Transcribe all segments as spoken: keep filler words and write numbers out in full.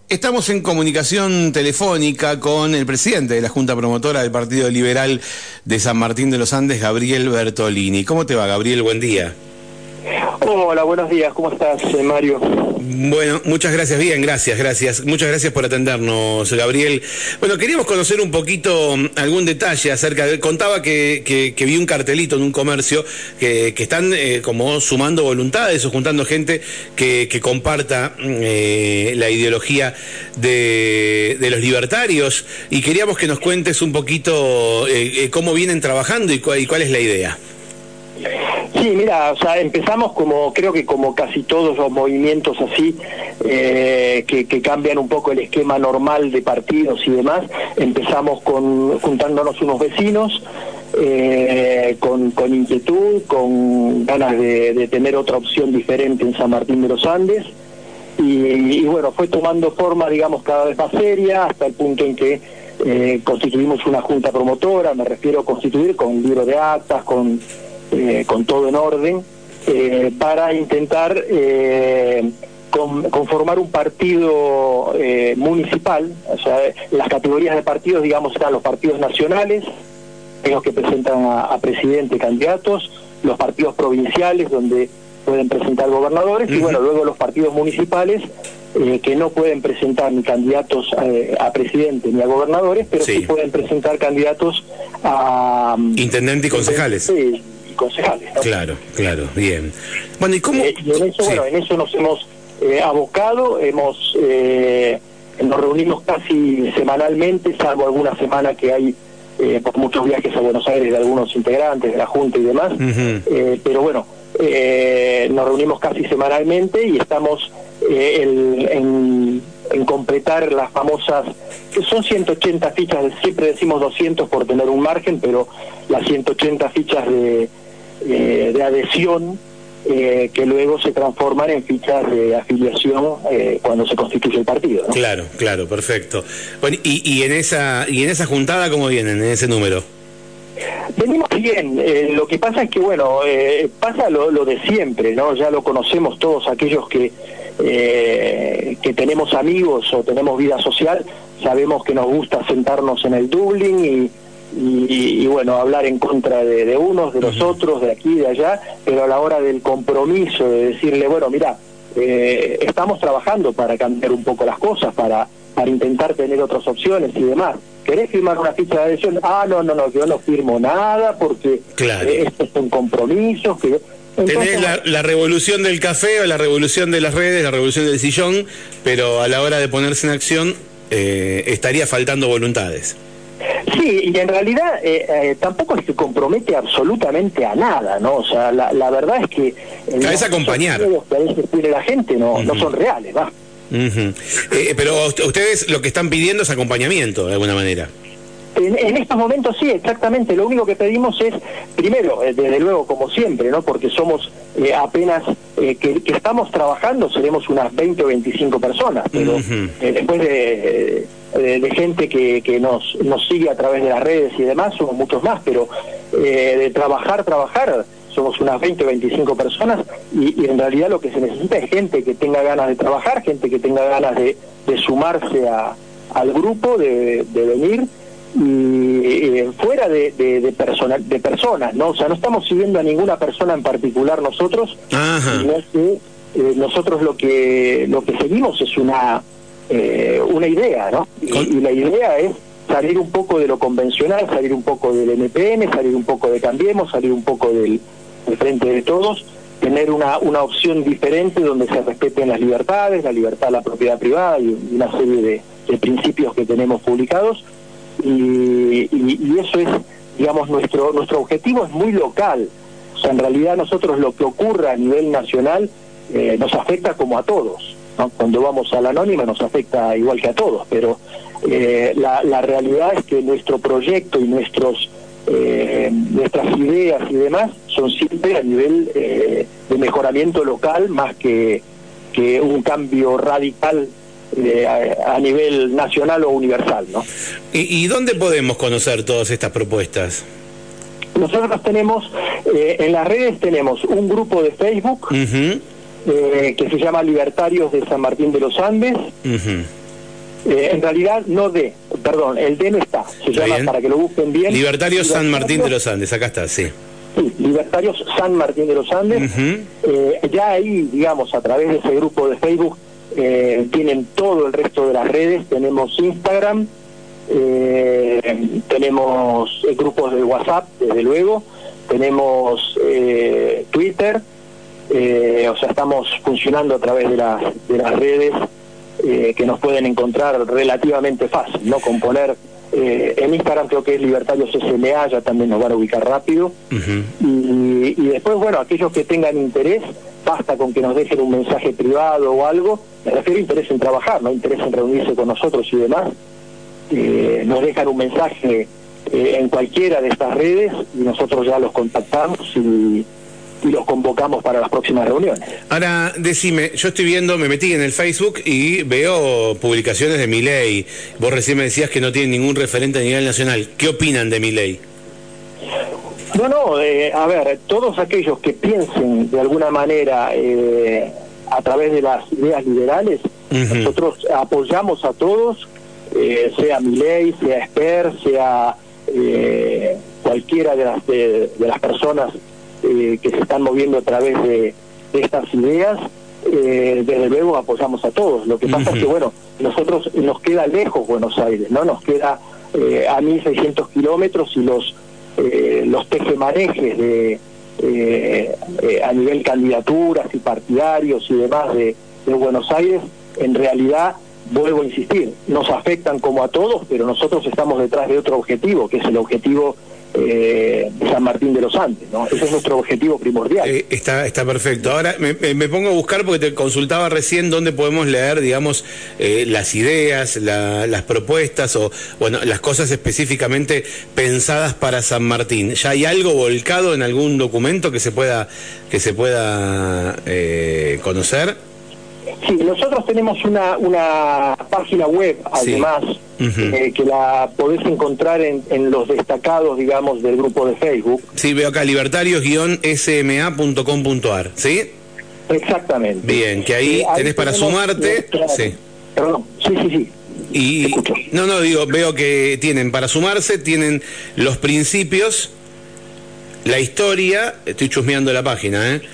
Estamos en comunicación telefónica con el presidente de la Junta Promotora del Partido Liberal de San Martín de los Andes, Gabriel Bertolini. ¿Cómo te va, Gabriel? Buen día. Hola, buenos días. ¿Cómo estás, Mario? Bueno, muchas gracias. Bien, gracias, gracias. Muchas gracias por atendernos, Gabriel. Bueno, queríamos conocer un poquito algún detalle acerca de... Contaba que, que, que vi un cartelito en un comercio que, que están eh, como sumando voluntades o juntando gente que, que comparta eh, la ideología de, de los libertarios, y queríamos que nos cuentes un poquito eh, eh, cómo vienen trabajando y cuál, y cuál es la idea. Sí, mira, o sea, empezamos como, creo que como casi todos los movimientos así, eh, que, que cambian un poco el esquema normal de partidos y demás. Empezamos con juntándonos unos vecinos, eh, con, con inquietud, con ganas de, de tener otra opción diferente en San Martín de los Andes. Y, y bueno, fue tomando forma, digamos, cada vez más seria, hasta el punto en que eh, constituimos una junta promotora. Me refiero a constituir con libro de actas, con... Eh, con todo en orden, eh, para intentar eh, con, conformar un partido eh, municipal. O sea, las categorías de partidos, digamos, eran los partidos nacionales, los que presentan a, a presidente candidatos, los partidos provinciales, donde pueden presentar gobernadores, uh-huh. y bueno, luego los partidos municipales, eh, que no pueden presentar ni candidatos a, a presidente ni a gobernadores, pero sí, sí pueden presentar candidatos a... Intendente y concejales. Sí, concejales, ¿no? Claro, claro, bien. Bueno, ¿y cómo? Eh, y en eso, sí. bueno, en eso nos hemos eh, abocado, hemos eh, nos reunimos casi semanalmente, salvo alguna semana que hay eh, por muchos viajes a Buenos Aires de algunos integrantes de la Junta y demás, uh-huh. eh, pero bueno, eh, nos reunimos casi semanalmente y estamos eh, el, en, en completar las famosas, que son ciento ochenta fichas, siempre decimos doscientos por tener un margen, pero las ciento ochenta fichas de Eh, de adhesión eh, que luego se transforman en fichas de afiliación eh, cuando se constituye el partido, ¿no? Claro, claro, perfecto. Bueno, y, y en esa y en esa juntada, ¿cómo vienen en ese número? Venimos bien, eh, lo que pasa es que, bueno, eh, pasa lo, lo de siempre, ¿no? Ya lo conocemos todos aquellos que eh, que tenemos amigos o tenemos vida social, sabemos que nos gusta sentarnos en el Dublín y Y, y bueno, hablar en contra de, de unos, de los uh-huh. otros, de aquí, de allá, pero a la hora del compromiso, de decirle, bueno, mira, eh, estamos trabajando para cambiar un poco las cosas, para, para intentar tener otras opciones y demás. ¿Querés firmar una ficha de adhesión? Ah, no, no, no, yo no firmo nada porque claro. eh, estos son compromisos. Que... Entonces, tenés la, la revolución del café o la revolución de las redes, la revolución del sillón, pero a la hora de ponerse en acción eh, estaría faltando voluntades. Sí, y en realidad eh, eh, tampoco es que compromete absolutamente a nada, ¿no? O sea, la, la verdad es que... Eh, es acompañar. Los que a veces pide la gente no, uh-huh. no son reales, ¿va? Uh-huh. eh, pero ustedes lo que están pidiendo es acompañamiento, de alguna manera. En, en estos momentos sí, exactamente. Lo único que pedimos es, primero, eh, desde luego, como siempre, ¿no? Porque somos eh, apenas eh, que, que estamos trabajando, seremos unas veinte o veinticinco personas, pero uh-huh. eh, después de... De, de gente que, que nos, nos sigue a través de las redes y demás, somos muchos más, pero eh, de trabajar, trabajar, somos unas veinte o veinticinco personas y, y en realidad lo que se necesita es gente que tenga ganas de trabajar, gente que tenga ganas de, de sumarse a, al grupo, de, de venir y eh, fuera de, de, de, persona, de personas, ¿no? O sea, no estamos siguiendo a ninguna persona en particular nosotros, Ajá. sino que eh, nosotros lo que, lo que seguimos es una... Eh, una idea, ¿no? Y, y la idea es salir un poco de lo convencional, salir un poco del M P M, salir un poco de Cambiemos, salir un poco del, del Frente de Todos, tener una, una opción diferente donde se respeten las libertades, la libertad a la propiedad privada y una serie de, de principios que tenemos publicados, y, y, y eso es, digamos, nuestro, nuestro objetivo es muy local. O sea, en realidad nosotros lo que ocurra a nivel nacional eh, nos afecta como a todos, ¿no? Cuando vamos a la anónima nos afecta igual que a todos, pero eh, la, la realidad es que nuestro proyecto y nuestros eh, nuestras ideas y demás son siempre a nivel eh, de mejoramiento local más que, que un cambio radical eh, a, a nivel nacional o universal, ¿no? ¿Y, y dónde podemos conocer todas estas propuestas? Nosotros tenemos, eh, en las redes tenemos un grupo de Facebook, uh-huh. eh, que se llama Libertarios de San Martín de los Andes, uh-huh. Eh, en realidad no D, perdón, el D no está, se ¿Está llama, bien? para que lo busquen bien. Libertarios San Martín de los Andes, acá está, sí. Sí, Libertarios San Martín de los Andes. Uh-huh. eh, ya ahí, digamos, a través de ese grupo de Facebook, eh, tienen todo el resto de las redes. Tenemos Instagram, eh, tenemos eh, grupos de WhatsApp, desde luego, tenemos eh, Twitter, eh, o sea, estamos funcionando a través de las, de las redes, eh, que nos pueden encontrar relativamente fácil, ¿no? Con poner eh, en Instagram, creo que es Libertarios S M A, ya también nos van a ubicar rápido. Uh-huh. y, y después, bueno, aquellos que tengan interés, basta con que nos dejen un mensaje privado o algo, me refiero a interés en trabajar, no interés en reunirse con nosotros y demás, eh, nos dejan un mensaje eh, en cualquiera de estas redes y nosotros ya los contactamos y y los convocamos para las próximas reuniones. Ahora, decime, yo estoy viendo, me metí en el Facebook y veo publicaciones de Milei. Vos recién me decías que no tienen ningún referente a nivel nacional. ¿Qué opinan de Milei? No, no, eh, a ver, todos aquellos que piensen de alguna manera eh, a través de las ideas liberales, uh-huh. nosotros apoyamos a todos, eh, sea Milei, sea Esper, sea eh, cualquiera de las, de, de las personas Eh, que se están moviendo a través de, de estas ideas, eh, desde luego apoyamos a todos. Lo que pasa uh-huh. es que, bueno, nosotros nos queda lejos Buenos Aires, ¿no? Nos queda eh, a mil seiscientos kilómetros y los eh, los tejemanejes de eh, eh, a nivel candidaturas y partidarios y demás de, de Buenos Aires, en realidad, vuelvo a insistir, nos afectan como a todos, pero nosotros estamos detrás de otro objetivo, que es el objetivo Eh, San Martín de los Andes, ¿no? Ese es nuestro objetivo primordial. Eh, está, está perfecto. Ahora me, me pongo a buscar porque te consultaba recién dónde podemos leer, digamos, eh, las ideas, la, las propuestas o, bueno, las cosas específicamente pensadas para San Martín. ¿Ya hay algo volcado en algún documento que se pueda, que se pueda eh, conocer? Sí, nosotros tenemos una, una página web, además, sí. uh-huh. eh, que la podés encontrar en, en los destacados, digamos, del grupo de Facebook. Sí, veo acá, libertarios guion s m a punto com punto a r, ¿sí? Exactamente. Bien, que ahí, ahí tenés para sumarte. Nuestra... Sí. Perdón, sí, sí, sí. Y, no, no, digo, veo que tienen para sumarse, tienen los principios, la historia, estoy chusmeando la página, ¿eh?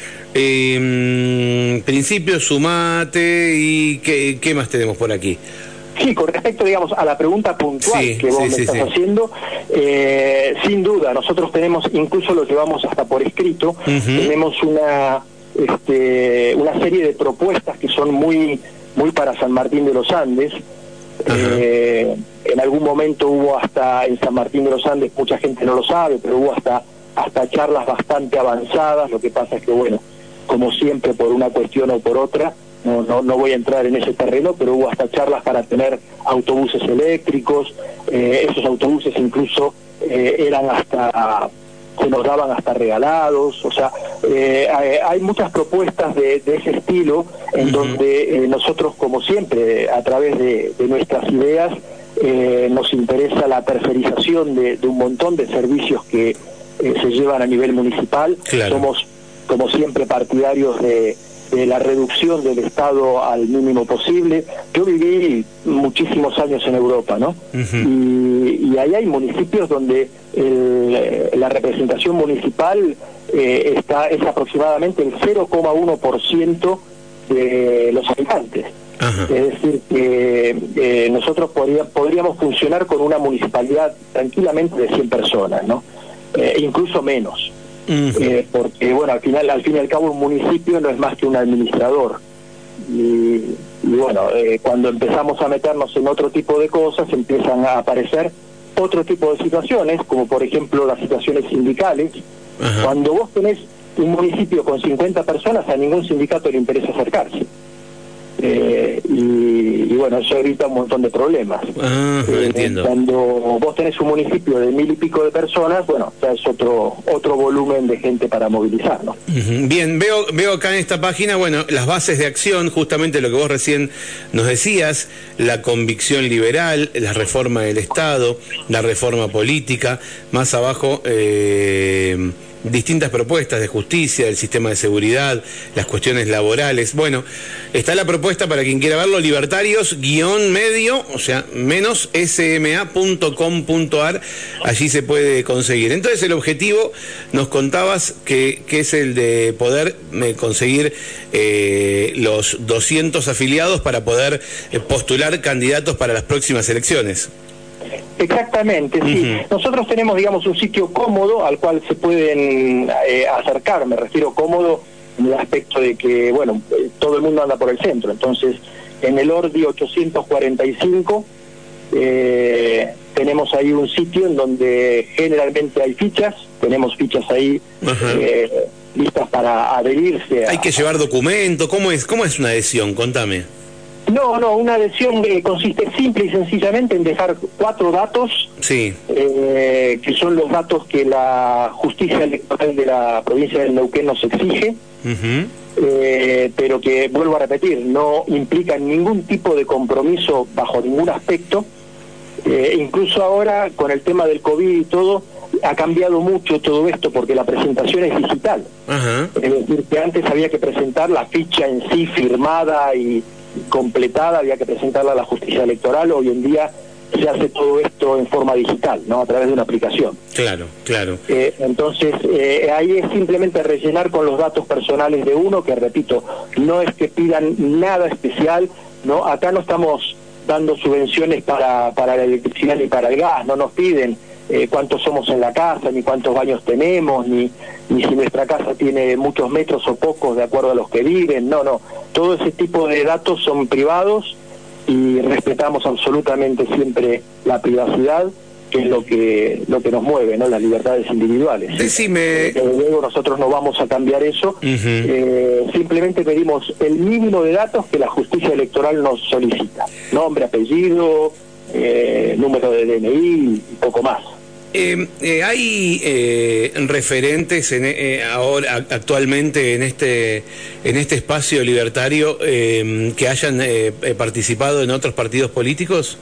Eh, principios, sumate y ¿qué, qué más tenemos por aquí? Sí, con respecto, digamos, a la pregunta puntual sí, que vos sí, me sí, estás sí. haciendo, eh, sin duda, nosotros tenemos, incluso lo llevamos hasta por escrito, uh-huh. tenemos una este, una serie de propuestas que son muy muy para San Martín de los Andes. Uh-huh. eh, en algún momento hubo hasta, en San Martín de los Andes, mucha gente no lo sabe, pero hubo hasta, hasta charlas bastante avanzadas. Lo que pasa es que, bueno, como siempre, por una cuestión o por otra, no, no, no voy a entrar en ese terreno, pero hubo hasta charlas para tener autobuses eléctricos, eh, esos autobuses incluso eh, eran hasta, se nos daban hasta regalados, o sea, eh, hay, hay muchas propuestas de, de ese estilo, en uh-huh. donde eh, nosotros, como siempre, a través de, de nuestras ideas, eh, nos interesa la tercerización de, de un montón de servicios que eh, se llevan a nivel municipal. Claro. Somos, como siempre, partidarios de, de la reducción del Estado al mínimo posible. Yo viví muchísimos años en Europa, ¿no? Uh-huh. y, y ahí hay municipios donde el, la representación municipal eh, está es aproximadamente el cero coma uno por ciento de los habitantes. Uh-huh. Es decir, que eh, nosotros podría, podríamos funcionar con una municipalidad tranquilamente de cien personas, ¿no? Eh, incluso menos. Uh-huh. eh, porque bueno, al final al fin y al cabo un municipio no es más que un administrador y, y bueno, eh, cuando empezamos a meternos en otro tipo de cosas empiezan a aparecer otro tipo de situaciones, como por ejemplo las situaciones sindicales. Uh-huh. Cuando vos tenés un municipio con cincuenta personas, a ningún sindicato le interesa acercarse. Eh, y, y bueno, eso evita un montón de problemas. Ah, eh, entiendo. Cuando vos tenés un municipio de mil y pico de personas, bueno, ya es otro otro volumen de gente para movilizar, ¿no? Uh-huh. Bien, veo veo acá en esta página, bueno, las bases de acción, justamente lo que vos recién nos decías, la convicción liberal, la reforma del Estado, la reforma política, más abajo, eh, distintas propuestas de justicia, del sistema de seguridad, las cuestiones laborales. Bueno, está la propuesta para quien quiera verlo, libertarios guión medio, o sea, menos s m a punto com punto a r, allí se puede conseguir. Entonces el objetivo, nos contabas que, que es el de poder eh, conseguir eh, los doscientos afiliados para poder eh, postular candidatos para las próximas elecciones. Exactamente, sí. Uh-huh. Nosotros tenemos, digamos, un sitio cómodo al cual se pueden eh, acercar, me refiero cómodo en el aspecto de que, bueno, todo el mundo anda por el centro, entonces en el Ordi ochocientos cuarenta y cinco eh, tenemos ahí un sitio en donde generalmente hay fichas, tenemos fichas ahí uh-huh. eh, listas para adherirse. A, ¿Hay que llevar documento? ¿Cómo es, cómo es una adhesión? Contame. No, no, una adhesión eh, consiste simple y sencillamente en dejar cuatro datos, sí. eh, que son los datos que la justicia electoral de la provincia del Neuquén nos exige, uh-huh. eh, pero que, vuelvo a repetir, no implican ningún tipo de compromiso bajo ningún aspecto. Eh, incluso ahora, con el tema del COVID y todo, ha cambiado mucho todo esto porque la presentación es digital. Uh-huh. Es decir, que antes había que presentar la ficha en sí firmada y completada, había que presentarla a la justicia electoral. Hoy en día se hace todo esto en forma digital, ¿no? A través de una aplicación. Claro, claro. Eh, entonces, eh, ahí es simplemente rellenar con los datos personales de uno, que repito, no es que pidan nada especial, ¿no? Acá no estamos dando subvenciones para, para la electricidad ni para el gas, no nos piden eh, cuántos somos en la casa, ni cuántos baños tenemos, ni, ni si nuestra casa tiene muchos metros o pocos de acuerdo a los que viven, no, no. Todo ese tipo de datos son privados y respetamos absolutamente siempre la privacidad, que es lo que lo que nos mueve, ¿no? Las libertades individuales. Decime. Desde luego nosotros no vamos a cambiar eso, uh-huh. eh, simplemente pedimos el mínimo de datos que la justicia electoral nos solicita: nombre, apellido, eh, número de D N I y poco más. Eh, eh, ¿Hay eh, referentes en, eh, ahora actualmente en este en este espacio libertario eh, que hayan eh, participado en otros partidos políticos?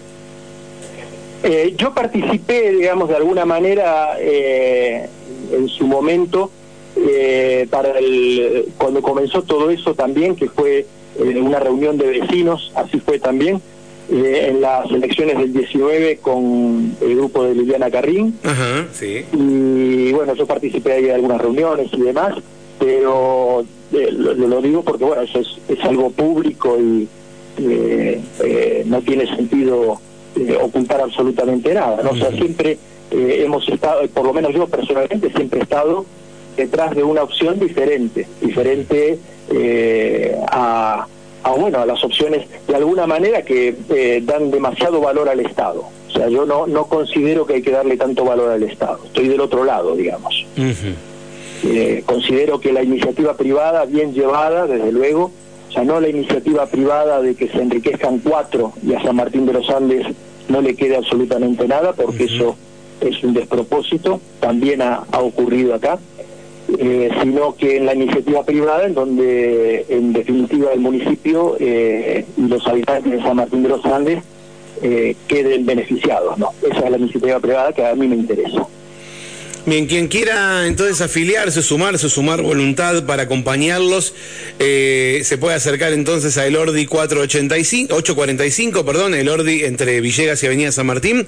Eh, yo participé, digamos, de alguna manera eh, en su momento eh, para el cuando comenzó todo eso también, que fue eh, una reunión de vecinos, así fue también. Eh, en las elecciones del diecinueve con el grupo de Liliana Carrín. Ajá, sí. Y bueno, yo participé ahí de algunas reuniones y demás, pero eh, lo, lo digo porque bueno, eso es, es algo público y eh, eh, no tiene sentido eh, ocultar absolutamente nada, ¿no? Uh-huh. O sea, siempre eh, hemos estado, por lo menos yo personalmente siempre he estado detrás de una opción diferente, diferente eh, a a bueno a las opciones de alguna manera que eh, dan demasiado valor al Estado. O sea, yo no no considero que hay que darle tanto valor al Estado. Estoy del otro lado, digamos. Uh-huh. Eh, considero que la iniciativa privada, bien llevada, desde luego, o sea, no la iniciativa privada de que se enriquezcan cuatro y a San Martín de los Andes no le quede absolutamente nada, porque uh-huh. eso es un despropósito, también ha, ha ocurrido acá. Eh, sino que en la iniciativa privada, en donde en definitiva el municipio eh, y los habitantes de San Martín de los Andes eh, queden beneficiados, ¿no? Esa es la iniciativa privada que a mí me interesa. Bien, quien quiera entonces afiliarse, sumarse, sumar voluntad para acompañarlos, eh, se puede acercar entonces a el Ordi cuatrocientos ochenta y cinco, ochocientos cuarenta y cinco, perdón, el Ordi entre Villegas y Avenida San Martín.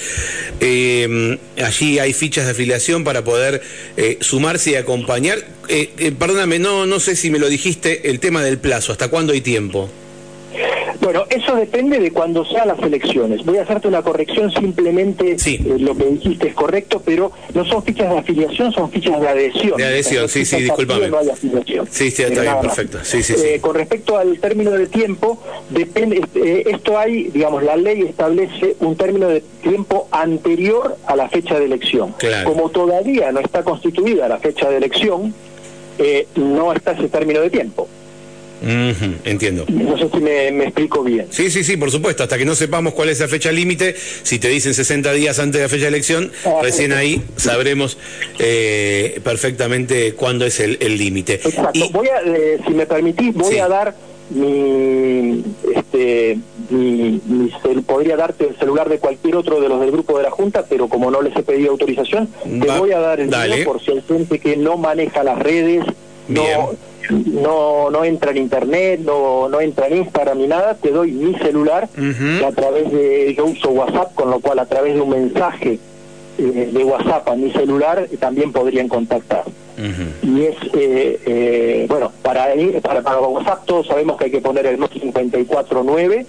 Eh, allí hay fichas de afiliación para poder eh, sumarse y acompañar. Eh, eh, perdóname, no, no sé si me lo dijiste, el tema del plazo, ¿hasta cuándo hay tiempo? Bueno, eso depende de cuando sean las elecciones. Voy a hacerte una corrección, simplemente sí. eh, lo que dijiste es correcto, pero no son fichas de afiliación, son fichas de adhesión. De adhesión, sí, sí, discúlpame. No hay afiliación. Sí, sí, está bien, perfecto. Sí, sí, sí. Eh, con respecto al término de tiempo, depende. Eh, esto hay, digamos, la ley establece un término de tiempo anterior a la fecha de elección. Claro. Como todavía no está constituida la fecha de elección, eh, no está ese término de tiempo. Uh-huh, entiendo. No sé si me, me explico bien. Sí, sí, sí, por supuesto. Hasta que no sepamos cuál es la fecha límite, si te dicen sesenta días antes de la fecha de elección, ah, recién ahí sabremos eh, perfectamente cuándo es el límite. Exacto. Y... Voy a, eh, si me permitís, voy sí. a dar mi, este, mi, mi cel, podría darte el celular de cualquier otro de los del grupo de la Junta, pero como no les he pedido autorización, te Va, voy a dar el mío por si hay gente que no maneja las redes, no, no no entra en internet, no no entra en Instagram ni nada. Te doy mi celular, uh-huh. que a través de, yo uso WhatsApp, con lo cual a través de un mensaje eh, de WhatsApp a mi celular eh, también podrían contactar. Uh-huh. Y es, eh, eh, bueno, para, ir, para para WhatsApp todos sabemos que hay que poner el más cincuenta y cuatro nueve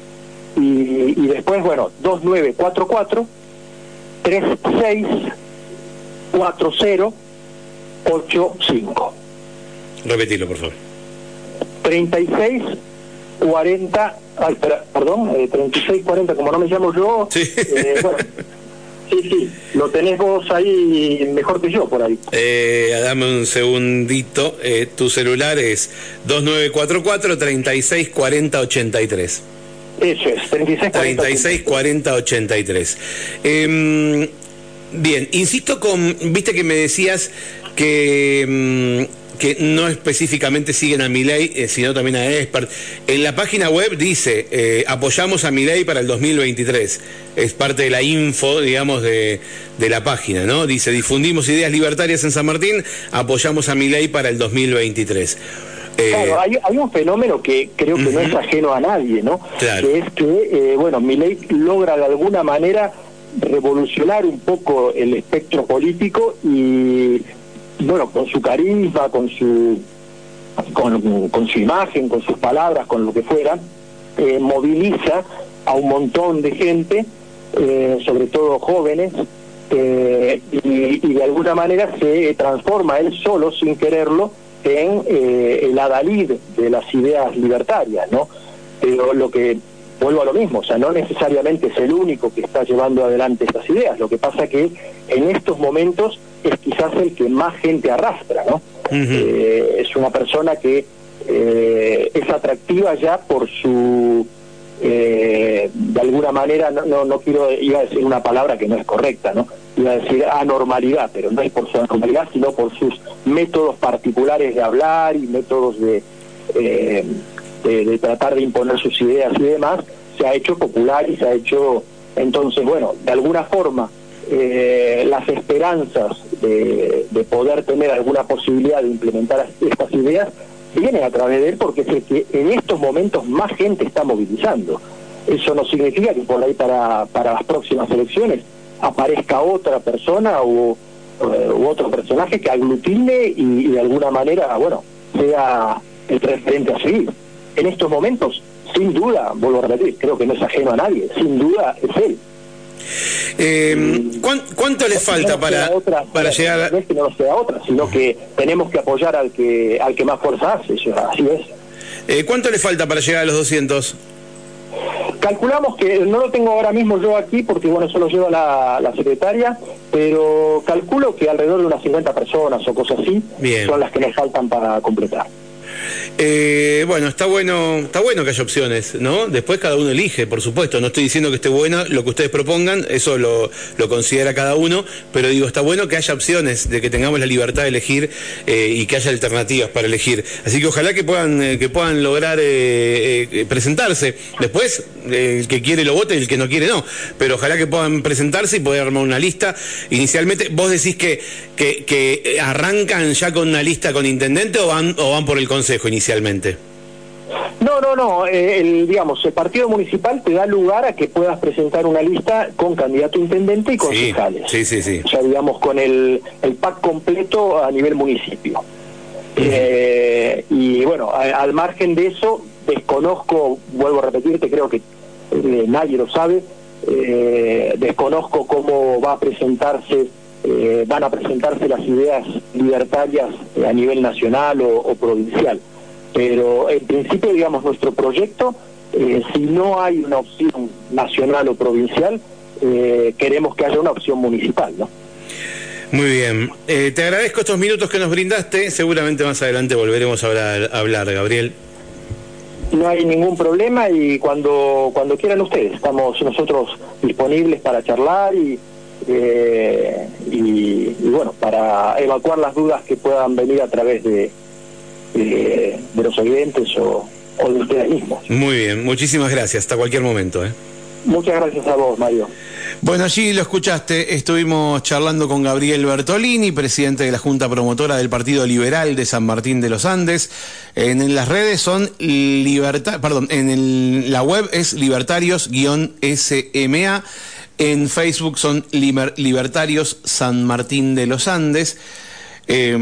y, y después, bueno, dos nueve cuatro cuatro tres seis cuatro cero ocho cinco. Repetilo, por favor. treinta y seis cuarenta, ay, espera, perdón, eh, treinta y seis cuarenta, como no me llamo yo, sí. Eh, bueno, sí, sí, lo tenés vos ahí mejor que yo por ahí. Eh, dame un segundito, eh, tu celular es dos nueve cuatro cuatro treinta y seis cuarenta ochenta y tres. Eso es, treinta y seis cuarenta ochenta y tres. Eh, bien, insisto con, viste que me decías que... Mm, que no específicamente siguen a Milei, eh, sino también a Expert. En la página web dice, eh, apoyamos a Milei para el dos mil veintitrés. Es parte de la info, digamos, de, de la página, ¿no? Dice, difundimos ideas libertarias en San Martín, apoyamos a Milei para el dos mil veintitrés. Eh, claro, hay, hay un fenómeno que creo que uh-huh. no es ajeno a nadie, ¿no? Claro. Que es que, eh, bueno, Milei logra de alguna manera revolucionar un poco el espectro político y... bueno, con su carisma, con su con, con su imagen, con sus palabras, con lo que fuera, eh, moviliza a un montón de gente, eh, sobre todo jóvenes, eh, y, y de alguna manera se transforma él solo, sin quererlo, en eh, el adalid de las ideas libertarias, ¿no? Pero lo que, vuelvo a lo mismo, o sea, no necesariamente es el único que está llevando adelante estas ideas, lo que pasa que en estos momentos es quizás el que más gente arrastra, ¿no? Uh-huh. Eh, es una persona que eh, es atractiva ya por su, eh, de alguna manera, no, no, no quiero, iba a decir una palabra que no es correcta, ¿no? Iba a decir anormalidad, pero no es por su anormalidad, sino por sus métodos particulares de hablar y métodos de... Eh, De, de tratar de imponer sus ideas y demás, se ha hecho popular y se ha hecho, entonces, bueno, de alguna forma eh, las esperanzas de, de poder tener alguna posibilidad de implementar estas ideas vienen a través de él, porque es el que en estos momentos más gente está movilizando. Eso no significa que por ahí para, para las próximas elecciones aparezca otra persona o, u otro personaje que aglutine y, y de alguna manera, bueno, sea el referente a seguir. En estos momentos, sin duda, vuelvo a repetir, creo que no es ajeno a nadie, sin duda es él. Eh, ¿cuán, ¿Cuánto le falta no para, otra, para llegar a...? No es que no nos queda otra, sino que tenemos que apoyar al que al que más fuerza hace, eso, así es. Eh, ¿Cuánto le falta para llegar a los doscientos? Calculamos que, no lo tengo ahora mismo yo aquí, porque bueno, eso lo lleva la, la secretaria, pero calculo que alrededor de unas cincuenta personas o cosas así. Bien. Son las que nos faltan para completar. Eh, bueno, está bueno, está bueno que haya opciones, ¿no? Después cada uno elige, por supuesto. No estoy diciendo que esté bueno lo que ustedes propongan, eso lo, lo considera cada uno, pero digo, está bueno que haya opciones, de que tengamos la libertad de elegir eh, y que haya alternativas para elegir. Así que ojalá que puedan, eh, que puedan lograr eh, eh, presentarse. Después, eh, el que quiere lo vote y el que no quiere no. Pero ojalá que puedan presentarse y poder armar una lista. Inicialmente, ¿vos decís que, que, que arrancan ya con una lista con intendente o van, o van por el consejo inicialmente? No, no, no, eh, el, digamos, el partido municipal te da lugar a que puedas presentar una lista con candidato a intendente y concejales. Sí, sí, sí. O sea, digamos, con el, el pack completo a nivel municipio. Uh-huh. Eh, y bueno, a, al margen de eso, desconozco, vuelvo a repetirte, creo que eh, nadie lo sabe, eh, desconozco cómo va a presentarse, eh, van a presentarse las ideas libertarias a nivel nacional o, o provincial. Pero en principio, digamos, nuestro proyecto, eh, si no hay una opción nacional o provincial, eh, queremos que haya una opción municipal, ¿no? Muy bien. Eh, te agradezco estos minutos que nos brindaste. Seguramente más adelante volveremos a hablar, a hablar, Gabriel. No hay ningún problema y cuando cuando quieran ustedes, estamos nosotros disponibles para charlar y, eh, y, y bueno, para evacuar las dudas que puedan venir a través de... De, de los oyentes o, o del peronismo. Muy bien, muchísimas gracias, hasta cualquier momento. ¿eh? Muchas gracias a vos, Mario. Bueno, allí lo escuchaste, estuvimos charlando con Gabriel Bertolini, presidente de la Junta Promotora del Partido Liberal de San Martín de los Andes. En las redes son liberta, perdón, en el, la web es libertarios-S M A, en Facebook son liber, Libertarios San Martín de los Andes. Eh,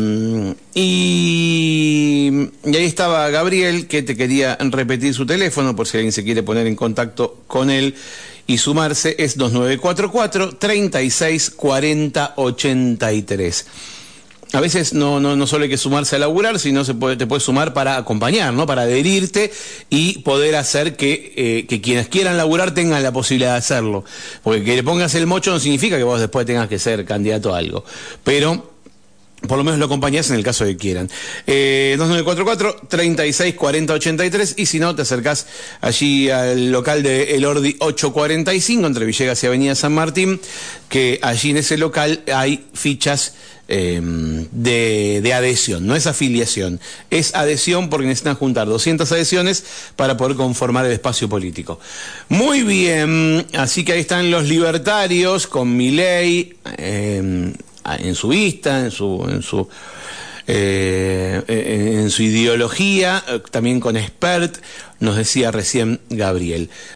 y, y ahí estaba Gabriel, que te quería repetir su teléfono por si alguien se quiere poner en contacto con él y sumarse, es dos nueve cuatro cuatro, tres seis cuatro cero ocho tres. A veces no, no, no solo hay que sumarse a laburar, sino se puede, te puedes sumar para acompañar, ¿no? Para adherirte y poder hacer que, eh, que quienes quieran laburar tengan la posibilidad de hacerlo. Porque que le pongas el mocho no significa que vos después tengas que ser candidato a algo. Pero por lo menos lo acompañás en el caso de que quieran. Eh, dos nueve cuatro cuatro, tres seis cuatro cero ocho tres, y si no, te acercás allí al local de Elordi ochocientos cuarenta y cinco, entre Villegas y Avenida San Martín, que allí en ese local hay fichas eh, de, de adhesión. No es afiliación, es adhesión, porque necesitan juntar doscientas adhesiones para poder conformar el espacio político. Muy bien, así que ahí están los libertarios con Milei, eh, en su vista, en su en su eh, en su ideología, también con expert, nos decía recién Gabriel.